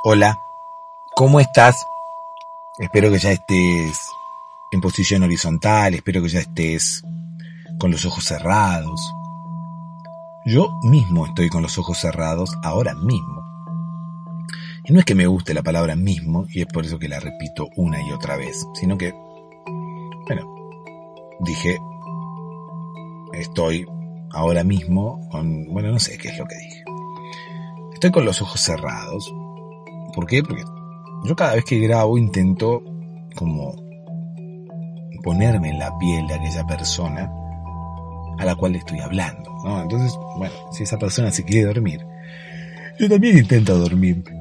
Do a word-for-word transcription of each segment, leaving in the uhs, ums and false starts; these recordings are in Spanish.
Hola, ¿cómo estás? Espero que ya estés en posición horizontal, espero que ya estés con los ojos cerrados. Yo mismo estoy con los ojos cerrados ahora mismo. Y no es que me guste la palabra mismo, y es por eso que la repito una y otra vez, sino que, bueno, dije, estoy ahora mismo con, bueno, no sé qué es lo que dije. Estoy con los ojos cerrados. ¿Por qué? Porque yo cada vez que grabo intento como ponerme en la piel de aquella persona a la cual le estoy hablando, ¿no? Entonces, bueno, si esa persona se quiere dormir, yo también intento dormirme.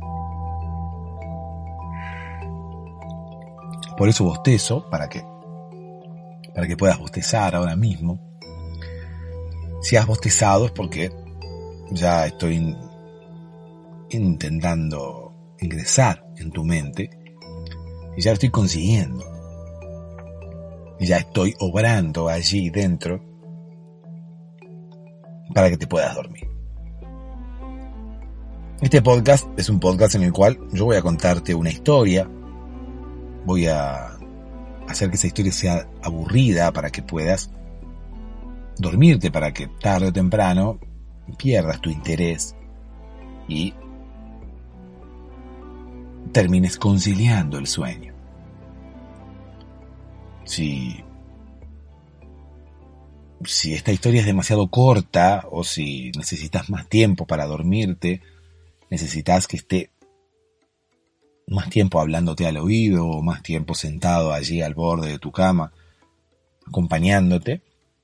Por eso bostezo, para que, para que puedas bostezar ahora mismo. Si has bostezado es porque ya estoy intentando ingresar en tu mente y ya lo estoy consiguiendo. Y ya estoy obrando allí dentro para que te puedas dormir. Este podcast es un podcast en el cual yo voy a contarte una historia. Voy a hacer que esa historia sea aburrida para que puedas dormirte, para que tarde o temprano pierdas tu interés y termines conciliando el sueño. Si, si esta historia es demasiado corta o si necesitas más tiempo para dormirte, necesitas que esté más tiempo hablándote al oído o más tiempo sentado allí al borde de tu cama, acompañándote,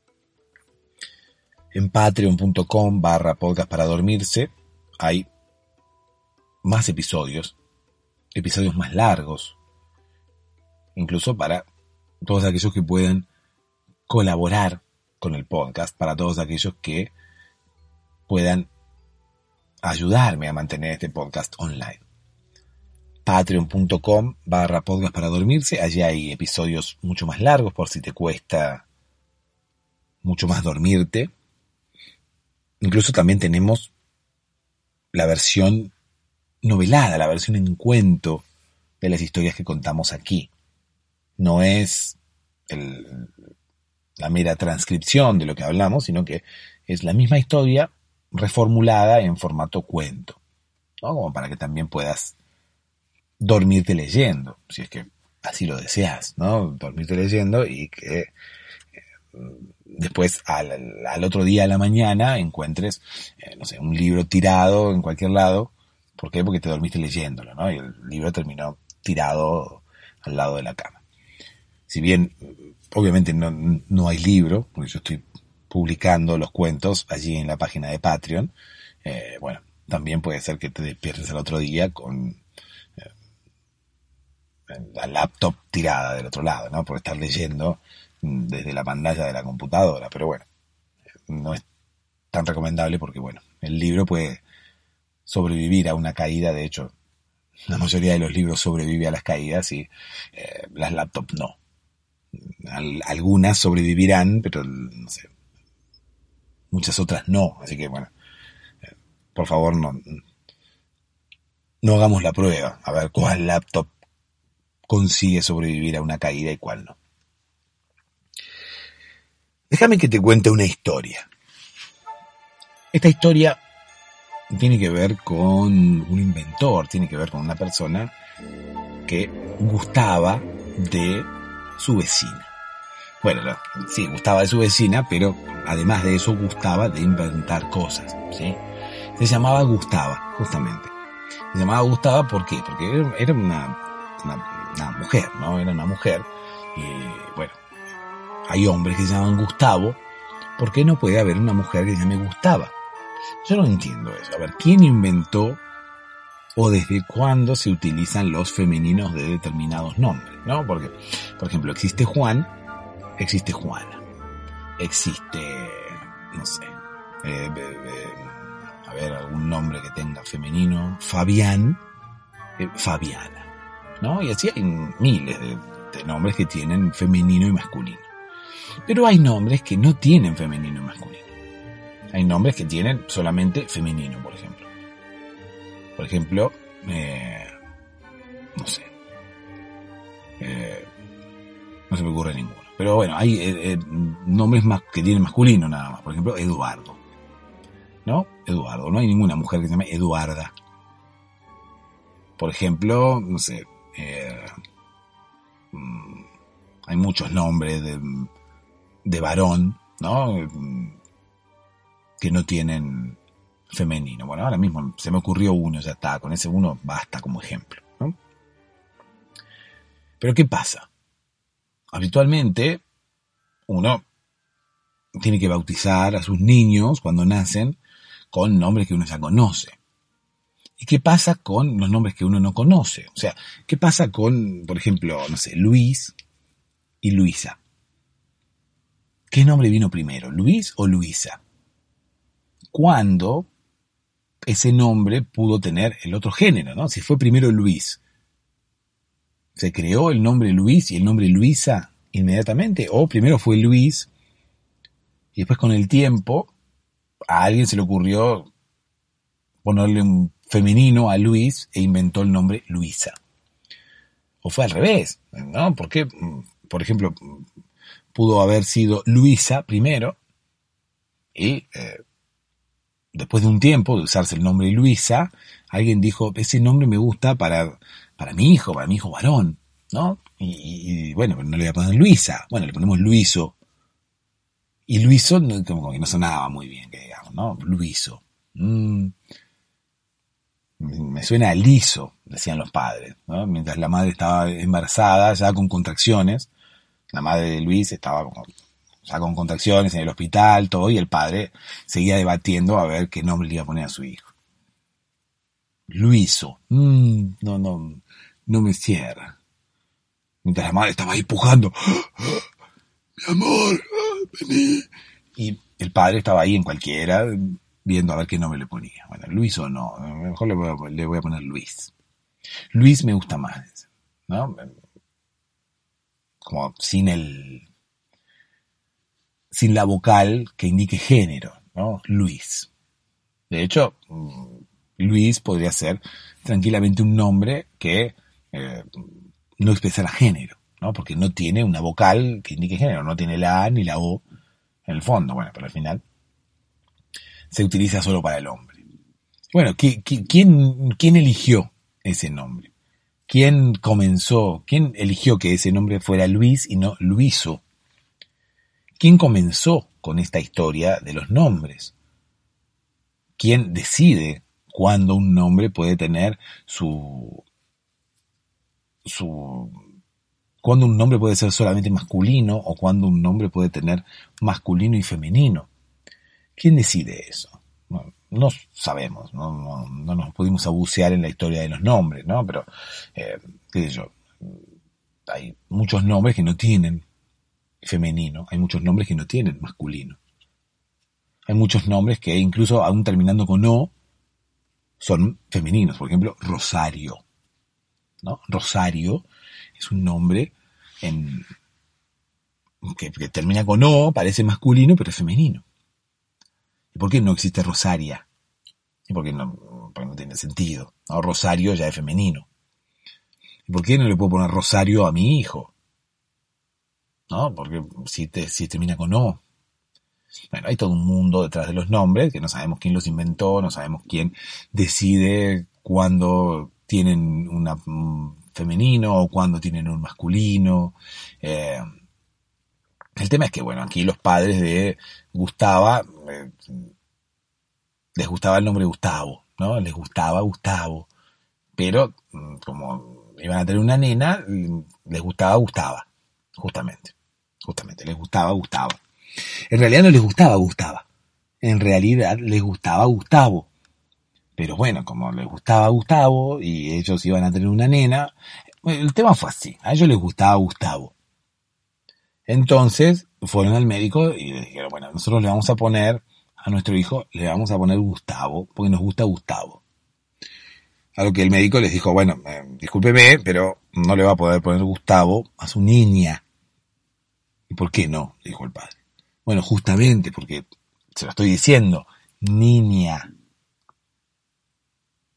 en patreon.com barra podcast para dormirse hay más episodios, episodios más largos, incluso para todos aquellos que puedan colaborar con el podcast, para todos aquellos que puedan ayudarme a mantener este podcast online. Patreon.com barra podcast para dormirse, allí hay episodios mucho más largos por si te cuesta mucho más dormirte. Incluso también tenemos la versión novelada, la versión en cuento de las historias que contamos aquí. No es el, la mera transcripción de lo que hablamos, sino que es la misma historia reformulada en formato cuento, ¿no? Como para que también puedas dormirte leyendo, si es que así lo deseas, ¿no? Dormirte leyendo y que eh, después al, al otro día a la mañana encuentres, eh, no sé, un libro tirado en cualquier lado. ¿Por qué? Porque te dormiste leyéndolo, ¿no? Y el libro terminó tirado al lado de la cama. Si bien, obviamente no, no hay libro, porque yo estoy publicando los cuentos allí en la página de Patreon, eh, bueno, también puede ser que te despiertes al otro día con eh, la laptop tirada del otro lado, ¿no? Por estar leyendo desde la pantalla de la computadora. Pero bueno, no es tan recomendable porque, bueno, el libro puede sobrevivir a una caída. De hecho, la mayoría de los libros sobrevive a las caídas y eh, las laptops no. Al, algunas sobrevivirán, pero no sé, muchas otras no. Así que bueno, eh, por favor no, no hagamos la prueba a ver cuál laptop consigue sobrevivir a una caída y cuál no. Déjame que te cuente una historia. Esta historia tiene que ver con un inventor, tiene que ver con una persona que gustaba de su vecina. Bueno, no, sí, gustaba de su vecina, pero además de eso gustaba de inventar cosas, ¿sí? Se llamaba Gustava, justamente. Se llamaba Gustava, ¿por qué? Porque era una, una, una mujer, ¿no? Era una mujer y, bueno, hay hombres que se llaman Gustavo. ¿Por qué no puede haber una mujer que se llame Gustava? Yo no entiendo eso. A ver, ¿quién inventó o desde cuándo se utilizan los femeninos de determinados nombres, ¿no? Porque, por ejemplo, existe Juan, existe Juana, existe, no sé, eh, eh, a ver, algún nombre que tenga femenino, Fabián, eh, Fabiana, ¿no? Y así hay miles de, de nombres que tienen femenino y masculino. Pero hay nombres que no tienen femenino y masculino. Hay nombres que tienen solamente femenino, por ejemplo. Por ejemplo, Eh, no sé. Eh, no se me ocurre ninguno. Pero bueno, hay eh, eh, nombres más que tienen masculino nada más. Por ejemplo, Eduardo. ¿No? Eduardo. No hay ninguna mujer que se llame Eduarda. Por ejemplo, no sé. Eh, mm, hay muchos nombres de, de varón, ¿no? Que no tienen femenino. Bueno, ahora mismo se me ocurrió uno, ya está. Con ese uno basta como ejemplo, ¿no? Pero ¿qué pasa? Habitualmente uno tiene que bautizar a sus niños cuando nacen con nombres que uno ya conoce. ¿Y qué pasa con los nombres que uno no conoce? O sea, ¿qué pasa con, por ejemplo, no sé, Luis y Luisa? ¿Qué nombre vino primero, Luis o Luisa? ¿Cuándo ese nombre pudo tener el otro género, ¿no? Si fue primero Luis, ¿se creó el nombre Luis y el nombre Luisa inmediatamente? ¿O primero fue Luis y después con el tiempo a alguien se le ocurrió ponerle un femenino a Luis e inventó el nombre Luisa? ¿O fue al revés? ¿No? ¿Por qué? Por ejemplo, pudo haber sido Luisa primero y eh, después de un tiempo de usarse el nombre Luisa, alguien dijo, ese nombre me gusta para, para mi hijo, para mi hijo varón, ¿no? Y, y bueno, no le voy a poner Luisa, bueno, le ponemos Luiso. Y Luiso como que no sonaba muy bien, que digamos, ¿no? Luiso. Mm, me suena a liso, decían los padres, ¿no? Mientras la madre estaba embarazada, ya con contracciones, la madre de Luis estaba como, ya con contracciones en el hospital, todo, y el padre seguía debatiendo a ver qué nombre le iba a poner a su hijo. Luiso. Mm, no, no, no me cierra. Mientras la madre estaba ahí pujando. Mi amor, vení. Y el padre estaba ahí en cualquiera, viendo a ver qué nombre le ponía. Bueno, Luis o no, mejor le voy a, le voy a poner Luis. Luis me gusta más, ¿no? Como sin el, sin la vocal que indique género, ¿no? Luis. De hecho, Luis podría ser tranquilamente un nombre que eh, no expresara género, ¿no? Porque no tiene una vocal que indique género, no tiene la A ni la O en el fondo, bueno, pero al final se utiliza solo para el hombre. Bueno, ¿qui- qui- ¿quién, quién eligió ese nombre? ¿Quién comenzó? ¿Quién eligió que ese nombre fuera Luis y no Luiso? ¿Quién comenzó con esta historia de los nombres? ¿Quién decide cuándo un nombre puede tener su, su, cuándo un nombre puede ser solamente masculino o cuándo un nombre puede tener masculino y femenino? ¿Quién decide eso? No, no sabemos, no, no, no nos pudimos bucear en la historia de los nombres, ¿no? Pero, eh, qué sé yo, hay muchos nombres que no tienen femenino, hay muchos nombres que no tienen masculino. Hay muchos nombres que incluso aún terminando con O son femeninos. Por ejemplo, Rosario, ¿no? Rosario es un nombre en, que, que termina con O, parece masculino, pero es femenino. ¿Y por qué no existe Rosaria? ¿Y por qué no? Porque no tiene sentido, ¿no? Rosario ya es femenino. ¿Y por qué no le puedo poner Rosario a mi hijo? ¿No? Porque si, te, si termina con O. Bueno, hay todo un mundo detrás de los nombres, que no sabemos quién los inventó, no sabemos quién decide cuándo tienen un femenino o cuándo tienen un masculino. Eh, el tema es que, bueno, aquí los padres de Gustava, eh, les gustaba el nombre Gustavo, ¿no? Les gustaba Gustavo. Pero, como iban a tener una nena, les gustaba Gustava, justamente. Justamente, les gustaba Gustavo. En realidad no les gustaba Gustava. En realidad les gustaba Gustavo. Pero bueno, como les gustaba Gustavo y ellos iban a tener una nena, el tema fue así. A ellos les gustaba Gustavo. Entonces fueron al médico y le dijeron, bueno, nosotros le vamos a poner a nuestro hijo, le vamos a poner Gustavo, porque nos gusta Gustavo. A lo que el médico les dijo, bueno, eh, discúlpeme, pero no le va a poder poner Gustavo a su niña. ¿Y por qué no? Le dijo el padre. Bueno, justamente porque, se lo estoy diciendo, niña.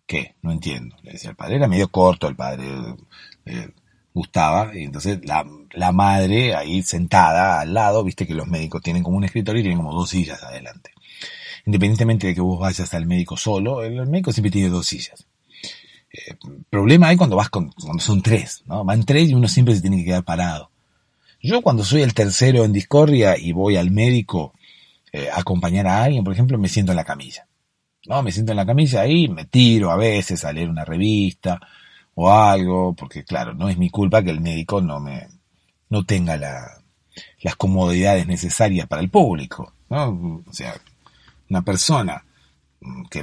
¿Qué? No entiendo. Le decía el padre. Era medio corto el padre. Eh, gustaba. Y entonces la, la madre ahí sentada al lado, viste que los médicos tienen como un escritorio y tienen como dos sillas adelante. Independientemente de que vos vayas al médico solo, el médico siempre tiene dos sillas. Eh, problema hay cuando vas con, cuando son tres, ¿no? Van tres y uno siempre se tiene que quedar parado. Yo cuando soy el tercero en discordia y voy al médico eh, a acompañar a alguien, por ejemplo, me siento en la camilla. No, me siento en la camilla ahí, me tiro a veces a leer una revista o algo, porque claro, no es mi culpa que el médico no me, no tenga la, las comodidades necesarias para el público, ¿no? O sea, una persona que,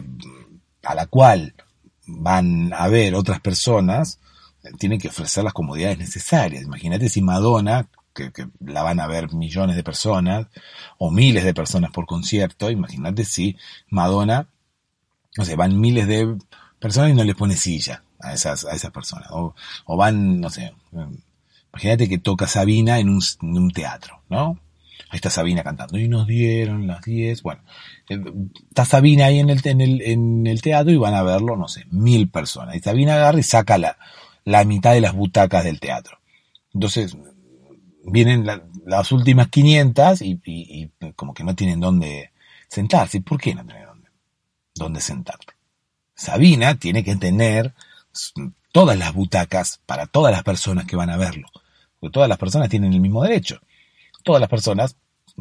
a la cual van a ver otras personas, tiene que ofrecer las comodidades necesarias. Imagínate si Madonna, que, que la van a ver millones de personas, o miles de personas por concierto, imagínate si Madonna, no sé, van miles de personas y no les pone silla a esas, a esas personas. O, o van, no sé, imagínate que toca Sabina en un, en un teatro, ¿no? Ahí está Sabina cantando, y nos dieron las diez, bueno, está Sabina ahí en el, en el, en el teatro y van a verlo, no sé, mil personas. Y Sabina agarra y saca la, la mitad de las butacas del teatro. Entonces, vienen la, las últimas quinientas y, y, y como que no tienen dónde sentarse. ¿Por qué no tienen dónde, dónde sentarte? Sabina tiene que tener todas las butacas para todas las personas que van a verlo. Porque todas las personas tienen el mismo derecho. Todas las personas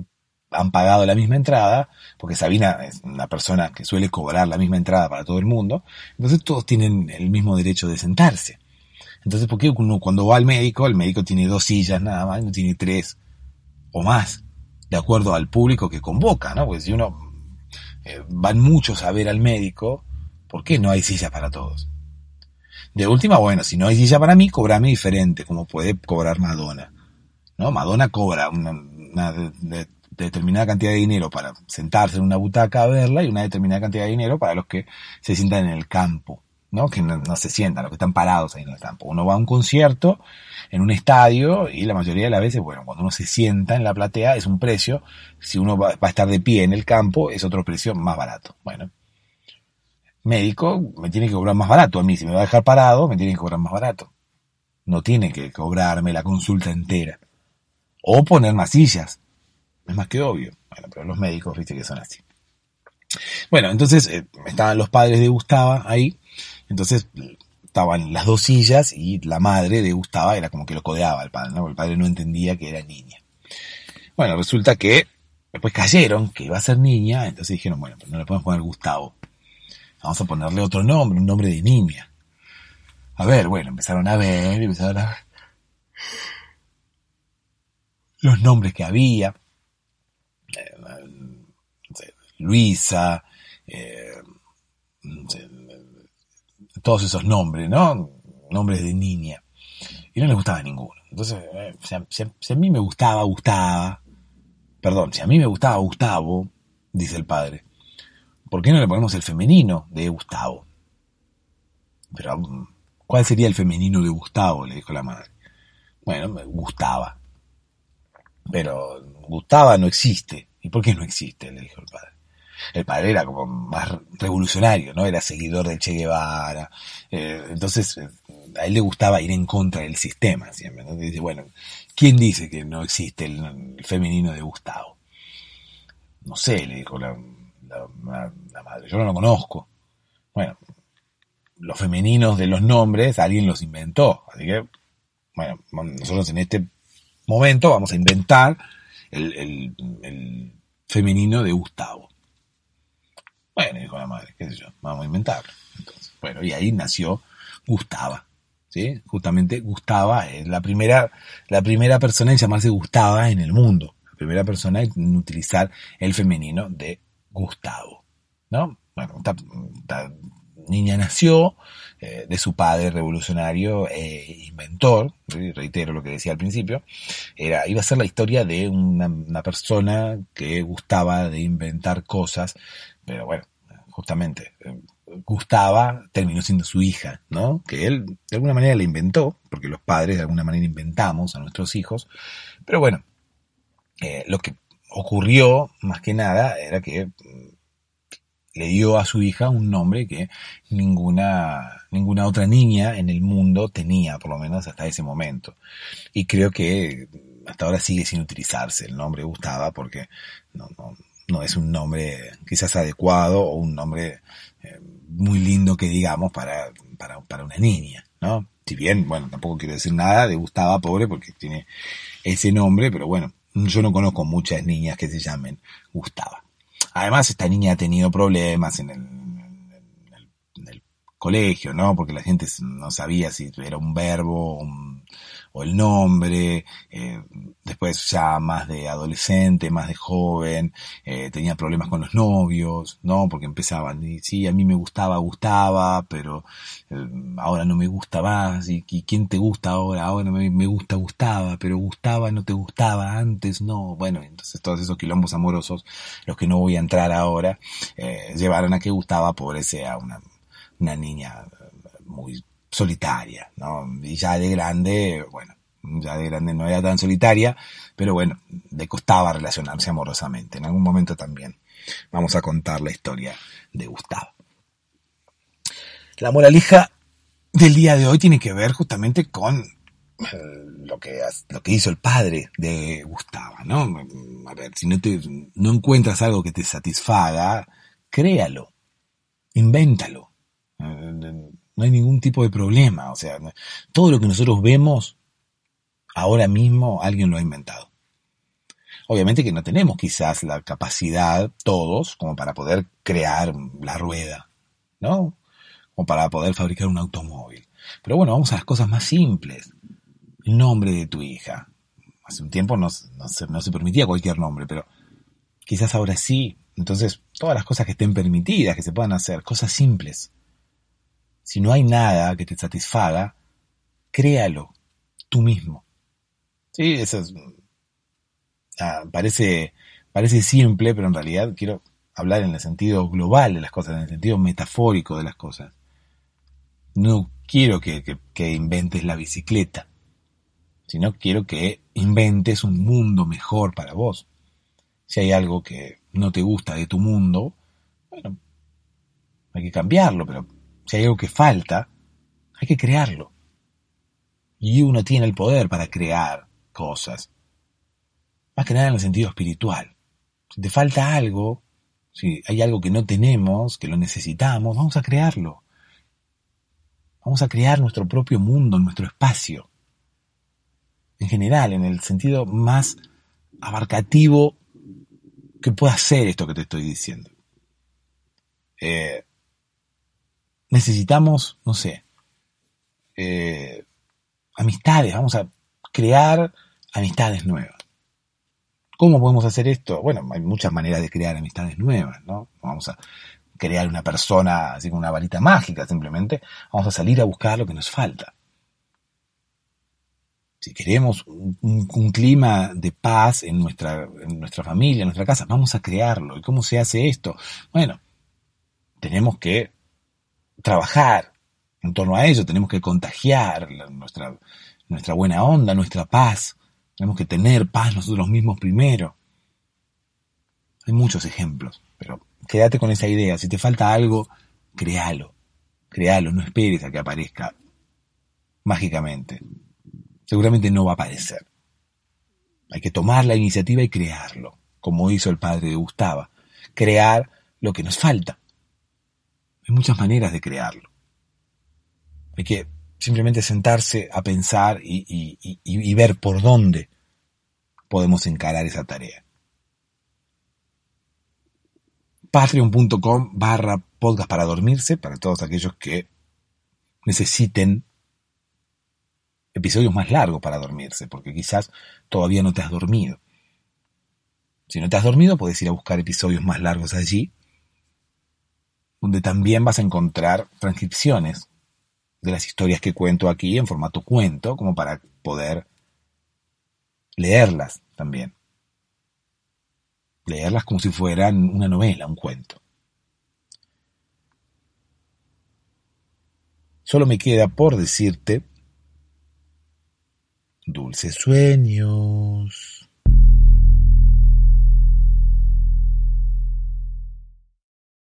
han pagado la misma entrada, porque Sabina es una persona que suele cobrar la misma entrada para todo el mundo, entonces todos tienen el mismo derecho de sentarse. Entonces, ¿por qué uno cuando va al médico, el médico tiene dos sillas nada más, no tiene tres o más, de acuerdo al público que convoca, ¿no? Porque si uno, eh, van muchos a ver al médico, ¿por qué no hay sillas para todos? De última, bueno, si no hay silla para mí, cobrame diferente, como puede cobrar Madonna, ¿no? Madonna cobra una, una de, de, determinada cantidad de dinero para sentarse en una butaca a verla y una determinada cantidad de dinero para los que se sientan en el campo, ¿no? Que no, no se sientan, los que están parados ahí en el campo. Uno va a un concierto en un estadio y la mayoría de las veces, bueno, cuando uno se sienta en la platea es un precio, si uno va, va a estar de pie en el campo es otro precio más barato. Bueno, médico me tiene que cobrar más barato a mí, si me va a dejar parado me tiene que cobrar más barato. No tiene que cobrarme la consulta entera. O poner más sillas. Es más que obvio. Bueno, pero los médicos, viste que son así. Bueno, entonces eh, estaban los padres de Gustava ahí. Entonces estaban las dos sillas y la madre de Gustava era como que lo codeaba al padre, ¿no? Porque el padre no entendía que era niña. Bueno, resulta que después cayeron que iba a ser niña. Entonces dijeron, bueno, pues no le podemos poner Gustavo. Vamos a ponerle otro nombre, un nombre de niña. A ver, bueno, empezaron a ver, empezaron a ver los nombres que había. Luisa, eh, todos esos nombres, ¿no? Nombres de niña. Y no les gustaba ninguno. Entonces, eh, si, a, si, a, si a mí me gustaba, gustaba, perdón, si a mí me gustaba Gustavo, dice el padre, ¿por qué no le ponemos el femenino de Gustavo? Pero, ¿cuál sería el femenino de Gustavo? Le dijo la madre. Bueno, me gustaba. Pero Gustava no existe. ¿Y por qué no existe? Le dijo el padre. El padre era como más revolucionario, ¿no? Era seguidor del Che Guevara. Eh, entonces, eh, a él le gustaba ir en contra del sistema siempre, ¿no? Dice, bueno, ¿quién dice que no existe el, el femenino de Gustavo? No sé, le dijo la, la, la, la madre. Yo no lo conozco. Bueno, los femeninos de los nombres alguien los inventó. Así que, bueno, nosotros en este momento vamos a inventar el, el, el femenino de Gustavo. Bueno, dijo la madre, qué sé yo, vamos a inventarlo. Entonces, bueno, y ahí nació Gustava, ¿sí? Justamente Gustava es la primera, la primera persona en llamarse Gustava en el mundo. La primera persona en utilizar el femenino de Gustavo, ¿no? Bueno, esta, esta niña nació eh, de su padre revolucionario e inventor, ¿sí? Reitero lo que decía al principio, era, iba a ser la historia de una, una persona que gustaba de inventar cosas. Pero bueno, justamente, eh, Gustava terminó siendo su hija, ¿no? Que él de alguna manera la inventó, porque los padres de alguna manera inventamos a nuestros hijos. Pero bueno, eh, lo que ocurrió más que nada era que le dio a su hija un nombre que ninguna, ninguna otra niña en el mundo tenía, por lo menos hasta ese momento. Y creo que hasta ahora sigue sin utilizarse el nombre Gustava porque no, no, no es un nombre quizás adecuado o un nombre eh, muy lindo que digamos para, para, para una niña, ¿no? Si bien, bueno, tampoco quiero decir nada de Gustava, pobre, porque tiene ese nombre, pero bueno, yo no conozco muchas niñas que se llamen Gustava. Además, esta niña ha tenido problemas en el, en el, en el colegio, ¿no? Porque la gente no sabía si era un verbo un, o el nombre. Eh, después ya más de adolescente, más de joven, eh, tenía problemas con los novios, ¿no? Porque empezaban, y sí, a mí me gustaba, gustaba, pero eh, ahora no me gusta más. ¿Y, y quién te gusta ahora? Ahora me, me gusta, gustaba, pero gustaba, no te gustaba antes, no. Bueno, entonces todos esos quilombos amorosos, los que no voy a entrar ahora, eh, llevaron a que Gustava, pobre, sea una una niña muy solitaria, ¿no? Y ya de grande, bueno, ya de grande no era tan solitaria, pero bueno, le costaba relacionarse amorosamente. En algún momento también vamos a contar la historia de Gustavo. La moraleja del día de hoy tiene que ver justamente con lo que, lo que hizo el padre de Gustavo, ¿no? A ver, si no te, no encuentras algo que te satisfaga, créalo, invéntalo. No hay ningún tipo de problema, o sea, todo lo que nosotros vemos ahora mismo alguien lo ha inventado. Obviamente que no tenemos quizás la capacidad todos como para poder crear la rueda, ¿no? Como para poder fabricar un automóvil. Pero bueno, vamos a las cosas más simples. El nombre de tu hija. Hace un tiempo no, no, se, no se permitía cualquier nombre, pero quizás ahora sí. Entonces, todas las cosas que estén permitidas, que se puedan hacer, cosas simples. Si no hay nada que te satisfaga, créalo tú mismo. Sí, eso es, ah, parece, parece simple, pero en realidad quiero hablar en el sentido global de las cosas, en el sentido metafórico de las cosas. No quiero que, que, que inventes la bicicleta, sino quiero que inventes un mundo mejor para vos. Si hay algo que no te gusta de tu mundo, bueno, hay que cambiarlo, pero si hay algo que falta, hay que crearlo. Y uno tiene el poder para crear cosas. Más que nada en el sentido espiritual. Si te falta algo, si hay algo que no tenemos, que lo necesitamos, vamos a crearlo. Vamos a crear nuestro propio mundo, nuestro espacio. En general, en el sentido más abarcativo que pueda ser esto que te estoy diciendo. Eh, necesitamos, no sé, eh, amistades, vamos a crear amistades nuevas. ¿Cómo podemos hacer esto? Bueno, hay muchas maneras de crear amistades nuevas, ¿no? Vamos a crear una persona así con una varita mágica, simplemente vamos a salir a buscar lo que nos falta. Si queremos un, un, un clima de paz en nuestra, en nuestra familia, en nuestra casa, vamos a crearlo. ¿Y cómo se hace esto? Bueno, tenemos que trabajar en torno a ello, tenemos que contagiar la, nuestra, nuestra buena onda, nuestra paz. Tenemos que tener paz nosotros mismos primero. Hay muchos ejemplos, pero quédate con esa idea. Si te falta algo, créalo. Créalo, no esperes a que aparezca mágicamente. Seguramente no va a aparecer. Hay que tomar la iniciativa y crearlo, como hizo el padre de Gustavo. Crear lo que nos falta. Hay muchas maneras de crearlo. Hay que simplemente sentarse a pensar y, y, y, y ver por dónde podemos encarar esa tarea. Patreon.com barra podcast para dormirse, para todos aquellos que necesiten episodios más largos para dormirse, porque quizás todavía no te has dormido. Si no te has dormido, puedes ir a buscar episodios más largos allí, donde también vas a encontrar transcripciones de las historias que cuento aquí en formato cuento, como para poder leerlas también. Leerlas como si fueran una novela, un cuento. Solo me queda por decirte dulces sueños.